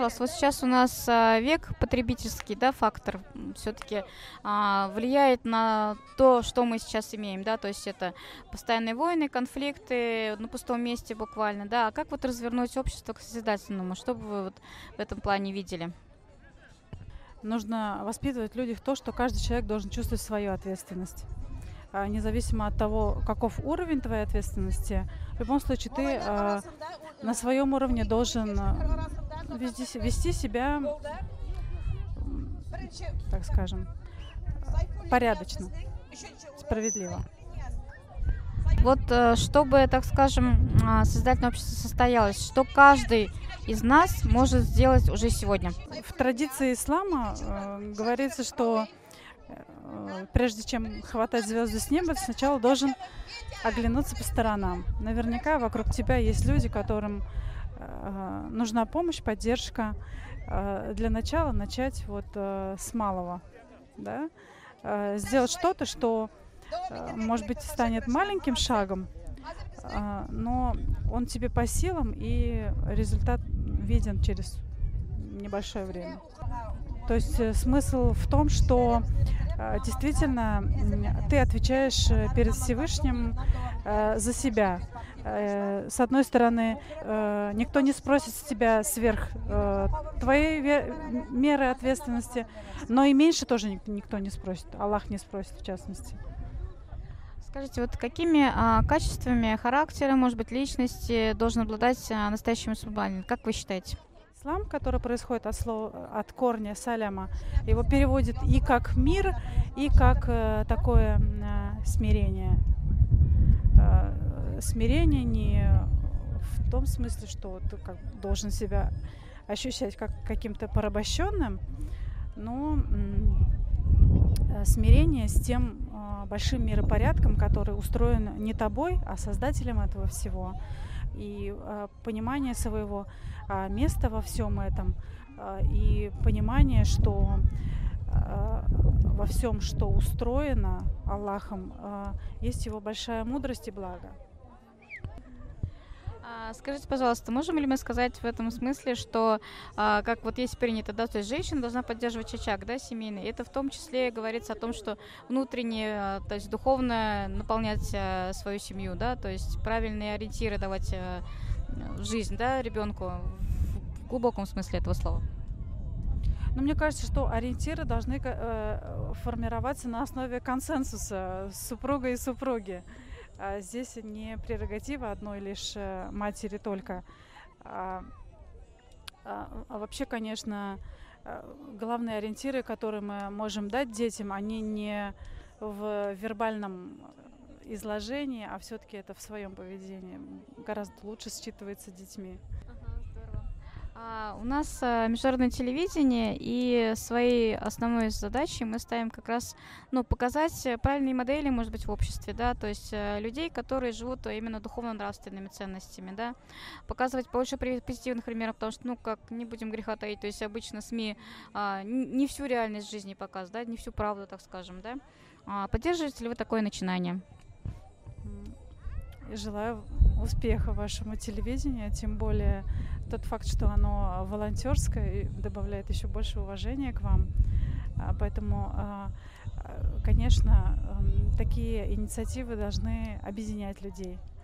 пожалуйста, вот сейчас у нас век потребительский, да, фактор все-таки влияет на то, что мы сейчас имеем, да, то есть это постоянные войны, конфликты на пустом месте буквально, да. А как вот развернуть общество к созидательному? Что бы вы вот в этом плане видели? Нужно воспитывать в людях то, что каждый человек должен чувствовать свою ответственность. Независимо от того, каков уровень твоей ответственности, в любом случае ты на своем уровне должен вести себя, так скажем, порядочно, справедливо. Вот чтобы, так скажем, созидательное общество состоялось, что каждый из нас может сделать уже сегодня? В традиции ислама говорится, что прежде чем хватать звезды с неба, ты сначала должен оглянуться по сторонам. Наверняка вокруг тебя есть люди, которым нужна помощь, поддержка. Для начала начать вот с малого, да? Сделать что-то, что, может быть, станет маленьким шагом, но он тебе по силам, и результат виден через небольшое время. То есть смысл в том, что действительно ты отвечаешь перед Всевышним за себя. С одной стороны, никто не спросит с тебя сверх твоей меры ответственности, но и меньше тоже никто не спросит. Аллах не спросит, в частности. Скажите, вот какими качествами характера, может быть, личности должен обладать настоящий мусульманин? Как вы считаете? Ислам, который происходит от корня саляма, его переводит и как мир, и как такое смирение. Смирение не в том смысле, что ты должен себя ощущать как каким-то порабощенным, но смирение с тем большим миропорядком, который устроен не тобой, а создателем этого всего. И понимание своего места во всем этом, и понимание, что во всем, что устроено Аллахом, есть его большая мудрость и благо. Скажите, пожалуйста, можем ли мы сказать в этом смысле, что, как вот есть принято, да, то есть женщина должна поддерживать очаг, да, семейный. Это в том числе говорится о том, что внутренне, то есть духовно наполнять свою семью, да, то есть правильные ориентиры давать в жизнь, да, ребенку в глубоком смысле этого слова. Но мне кажется, что ориентиры должны формироваться на основе консенсуса супруга и супруги. Здесь не прерогатива одной лишь матери только. Вообще, конечно, главные ориентиры, которые мы можем дать детям, они не в вербальном изложении, а все-таки это в своем поведении. Гораздо лучше считывается детьми. У нас международное телевидение, и своей основной задачей мы ставим как раз, показать правильные модели, может быть, в обществе, да, то есть людей, которые живут именно духовно-нравственными ценностями, да, показывать больше позитивных примеров, потому что, не будем греха таить, то есть обычно СМИ не всю реальность жизни показывают, да, не всю правду, так скажем, да. Поддерживаете ли вы такое начинание? Желаю успеха вашему телевидению, тем более тот факт, что оно волонтерское, добавляет еще больше уважения к вам. Поэтому, конечно, такие инициативы должны объединять людей.